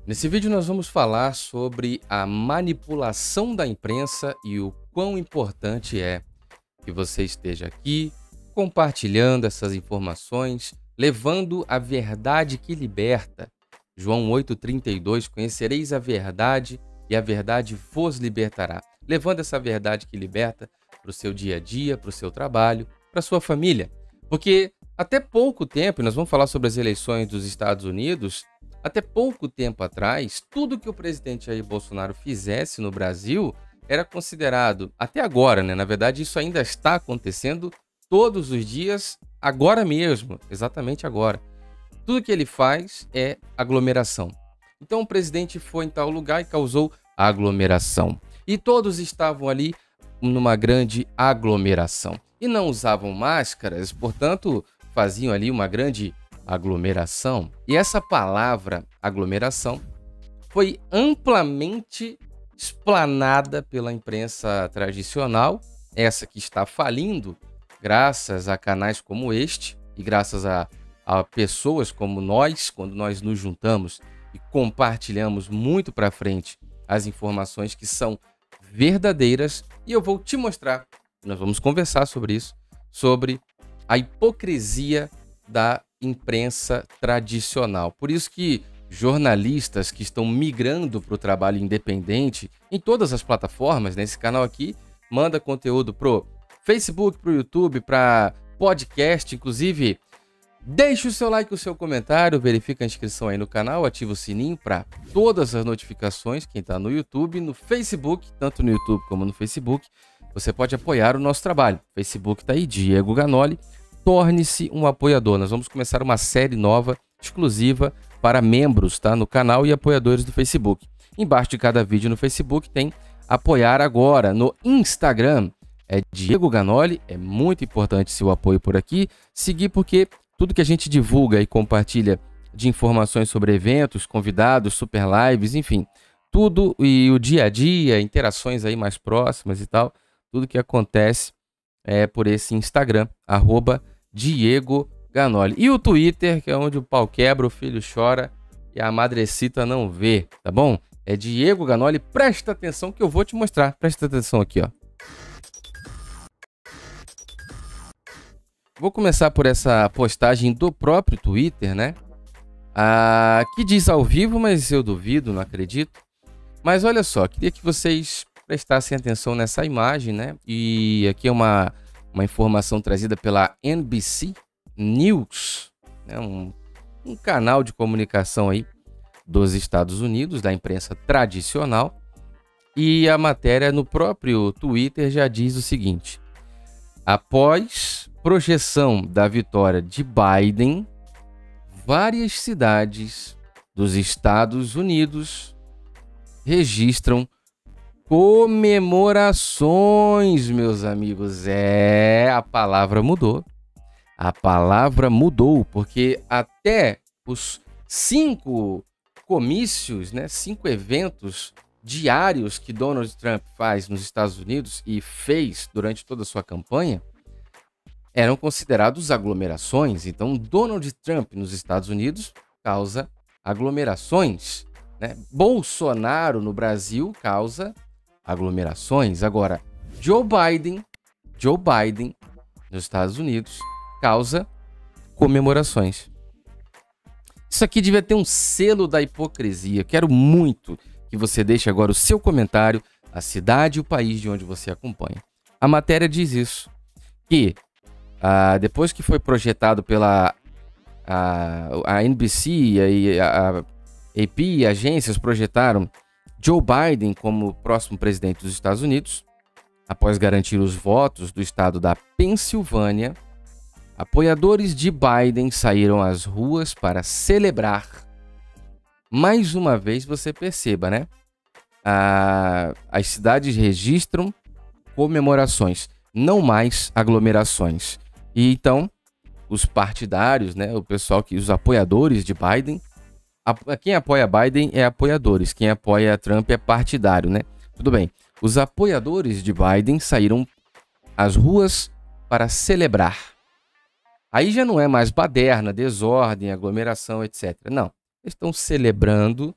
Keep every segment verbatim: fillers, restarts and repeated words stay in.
Nesse vídeo nós vamos falar sobre a manipulação da imprensa e o quão importante é que você esteja aqui compartilhando essas informações, levando a verdade que liberta. João oito, trinta e dois, conhecereis a verdade e a verdade vos libertará. Levando essa verdade que liberta para o seu dia a dia, para o seu trabalho, para a sua família. Porque até pouco tempo, e nós vamos falar sobre as eleições dos Estados Unidos, até pouco tempo atrás, tudo que o presidente Jair Bolsonaro fizesse no Brasil era considerado, até agora, né? Na verdade, isso ainda está acontecendo todos os dias, agora mesmo, exatamente agora. Tudo que ele faz é aglomeração. Então o presidente foi em tal lugar e causou aglomeração. E todos estavam ali numa grande aglomeração. E não usavam máscaras, portanto, faziam ali uma grande aglomeração. E essa palavra aglomeração foi amplamente explanada pela imprensa tradicional, essa que está falindo graças a canais como este e graças a, a pessoas como nós, quando nós nos juntamos e compartilhamos muito para frente as informações que são verdadeiras. E eu vou te mostrar, nós vamos conversar sobre isso, sobre a hipocrisia da imprensa tradicional. Por isso que jornalistas que estão migrando para o trabalho independente em todas as plataformas, nesse canal aqui, manda conteúdo pro Facebook, pro YouTube, para podcast, inclusive. Deixe o seu like, o seu comentário, verifica a inscrição aí no canal, ativa o sininho para todas as notificações. Quem está no YouTube, no Facebook, tanto no YouTube como no Facebook, você pode apoiar o nosso trabalho. O Facebook está aí, Diego Ganoli. Torne-se um apoiador. Nós vamos começar uma série nova, exclusiva para membros, tá? No canal e apoiadores do Facebook. Embaixo de cada vídeo no Facebook tem apoiar agora. No Instagram é Diego Ganoli. É muito importante seu apoio por aqui. Seguir porque tudo que a gente divulga e compartilha de informações sobre eventos, convidados, super lives, enfim, tudo e o dia a dia, interações aí mais próximas e tal, tudo que acontece é por esse Instagram, arroba Diego Ganoli. E o Twitter, que é onde o pau quebra, o filho chora e a madrecita não vê, tá bom? É Diego Ganoli. Presta atenção que eu vou te mostrar. Presta atenção aqui, ó. Vou começar por essa postagem do próprio Twitter, né? Ah, que diz ao vivo, mas eu duvido, não acredito. Mas olha só, queria que vocês prestassem atenção nessa imagem, né? E aqui é uma, uma informação trazida pela N B C News, né? um, um canal de comunicação aí dos Estados Unidos, da imprensa tradicional. E a matéria no próprio Twitter já diz o seguinte: após projeção da vitória de Biden, várias cidades dos Estados Unidos registram comemorações, meus amigos. É, a palavra mudou. A palavra mudou, porque até os cinco comícios, né, cinco eventos diários que Donald Trump faz nos Estados Unidos e fez durante toda a sua campanha, eram considerados aglomerações. Então, Donald Trump nos Estados Unidos causa aglomerações, né? Bolsonaro no Brasil causa aglomerações. Agora, Joe Biden, Joe Biden nos Estados Unidos causa comemorações. Isso aqui devia ter um selo da hipocrisia. Quero muito que você deixe agora o seu comentário, a cidade e o país de onde você acompanha. A matéria diz isso, que ah, depois que foi projetado pela a, a N B C e a, a A P e agências projetaram Joe Biden como próximo presidente dos Estados Unidos, após garantir os votos do estado da Pensilvânia, apoiadores de Biden saíram às ruas para celebrar. Mais uma vez, você perceba, né? A, as cidades registram comemorações, não mais aglomerações. E então, os partidários, né? O pessoal que, os apoiadores de Biden, a, quem apoia Biden é apoiadores, quem apoia Trump é partidário, né? Tudo bem. Os apoiadores de Biden saíram às ruas para celebrar. Aí já não é mais baderna, desordem, aglomeração, etcétera. Não. Eles estão celebrando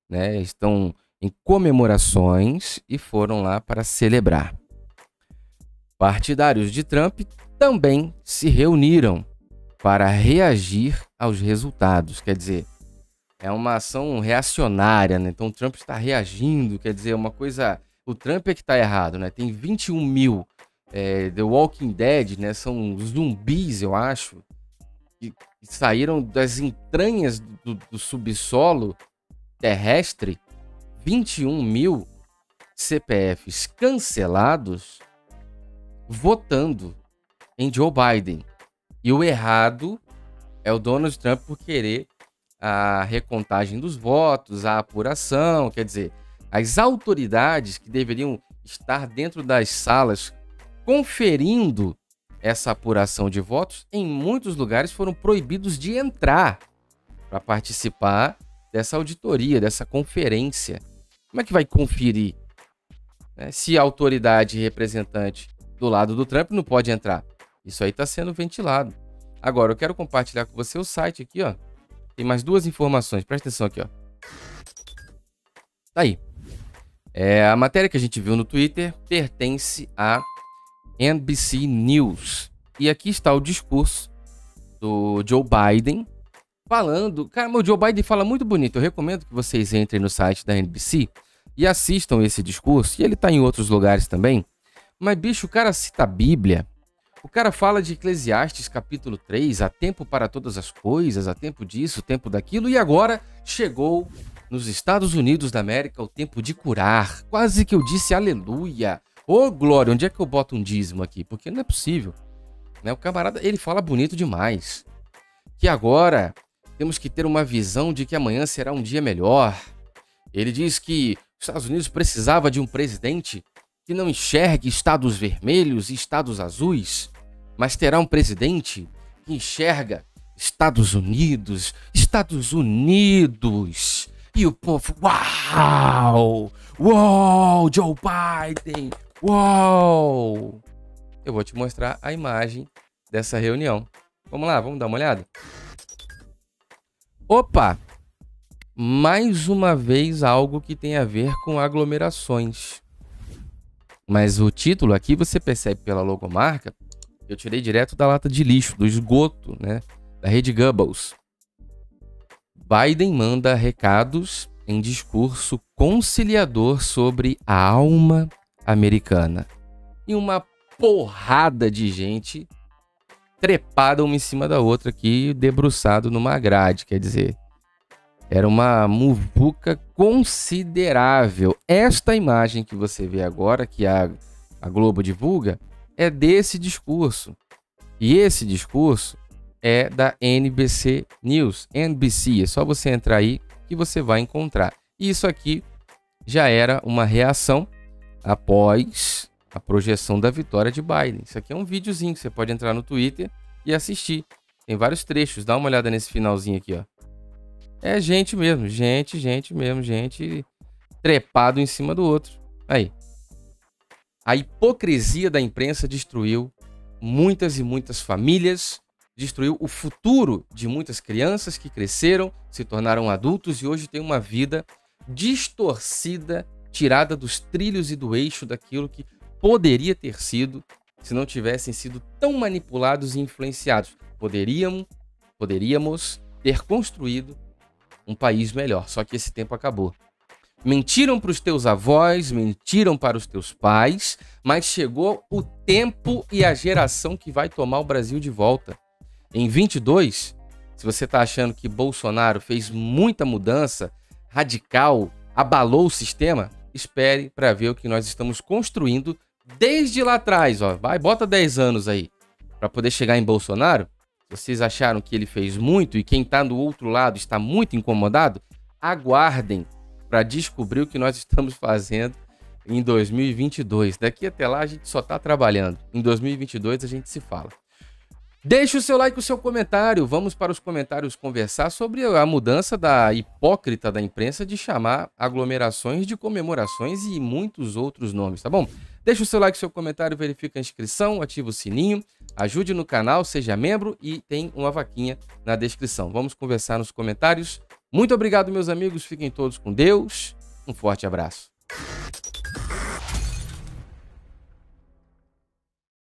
né? Estão em comemorações e foram lá para celebrar. Partidários de Trump também se reuniram para reagir aos resultados. Quer dizer, é uma ação reacionária, né? Então o Trump está reagindo, quer dizer, uma coisa... O Trump é que está errado, né? Tem vinte e um mil é, The Walking Dead, né? São zumbis, eu acho, que, que saíram das entranhas do, do subsolo terrestre. vinte e um mil C P Fs cancelados votando em Joe Biden. E o errado é o Donald Trump por querer a recontagem dos votos, a apuração, quer dizer, as autoridades que deveriam estar dentro das salas conferindo essa apuração de votos, em muitos lugares foram proibidos de entrar para participar dessa auditoria, dessa conferência. Como é que vai conferir, né, se a autoridade representante do lado do Trump não pode entrar? Isso aí está sendo ventilado. Agora, eu quero compartilhar com você o site aqui, ó. Tem mais duas informações, presta atenção aqui, ó. Tá aí. É, a matéria que a gente viu no Twitter pertence a N B C News. E aqui está o discurso do Joe Biden falando... Cara, o Joe Biden fala muito bonito. Eu recomendo que vocês entrem no site da N B C e assistam esse discurso. E ele tá em outros lugares também. Mas, bicho, o cara cita a Bíblia. O cara fala de Eclesiastes capítulo três, há tempo para todas as coisas, há tempo disso, tempo daquilo, e agora chegou nos Estados Unidos da América o tempo de curar. Quase que eu disse aleluia. Ô, glória, onde é que eu boto um dízimo aqui? Porque não é possível, né? O camarada, ele fala bonito demais. Que agora temos que ter uma visão de que amanhã será um dia melhor. Ele diz que os Estados Unidos precisava de um presidente que não enxergue estados vermelhos e estados azuis, mas terá um presidente que enxerga Estados Unidos, Estados Unidos. E o povo, uau! Uau, Joe Biden! Uau! Eu vou te mostrar a imagem dessa reunião. Vamos lá, vamos dar uma olhada? Opa! Mais uma vez algo que tem a ver com aglomerações. Mas o título aqui você percebe pela logomarca. Eu tirei direto da lata de lixo, do esgoto, né? Da rede Goebbels. Biden manda recados em discurso conciliador sobre a alma americana. E uma porrada de gente trepada uma em cima da outra aqui, debruçado numa grade, quer dizer... Era uma muvuca considerável. Esta imagem que você vê agora, que a, a Globo divulga, é desse discurso. E esse discurso é da N B C News. N B C, é só você entrar aí que você vai encontrar. E isso aqui já era uma reação após a projeção da vitória de Biden. Isso aqui é um videozinho que você pode entrar no Twitter e assistir. Tem vários trechos. Dá uma olhada nesse finalzinho aqui, ó. É gente mesmo, gente, gente mesmo, gente trepado em cima do outro. Aí. A hipocrisia da imprensa destruiu muitas e muitas famílias, destruiu o futuro de muitas crianças que cresceram, se tornaram adultos e hoje têm uma vida distorcida, tirada dos trilhos e do eixo daquilo que poderia ter sido se não tivessem sido tão manipulados e influenciados. Poderíamos, poderíamos ter construído um país melhor, só que esse tempo acabou. Mentiram para os teus avós, mentiram para os teus pais, mas chegou o tempo e a geração que vai tomar o Brasil de volta. Em vinte e dois, se você está achando que Bolsonaro fez muita mudança radical, abalou o sistema, espere para ver o que nós estamos construindo desde lá atrás. Ó. Vai, bota dez anos aí para poder chegar em Bolsonaro. Vocês acharam que ele fez muito e quem está do outro lado está muito incomodado? Aguardem para descobrir o que nós estamos fazendo em dois mil e vinte e dois. Daqui até lá a gente só está trabalhando. Em dois mil e vinte e dois a gente se fala. Deixe o seu like e o seu comentário. Vamos para os comentários conversar sobre a mudança da hipócrita da imprensa de chamar aglomerações de comemorações e muitos outros nomes, tá bom? Deixe o seu like, o seu comentário, verifica a inscrição, ativa o sininho, ajude no canal, seja membro e tem uma vaquinha na descrição. Vamos conversar nos comentários. Muito obrigado, meus amigos. Fiquem todos com Deus. Um forte abraço.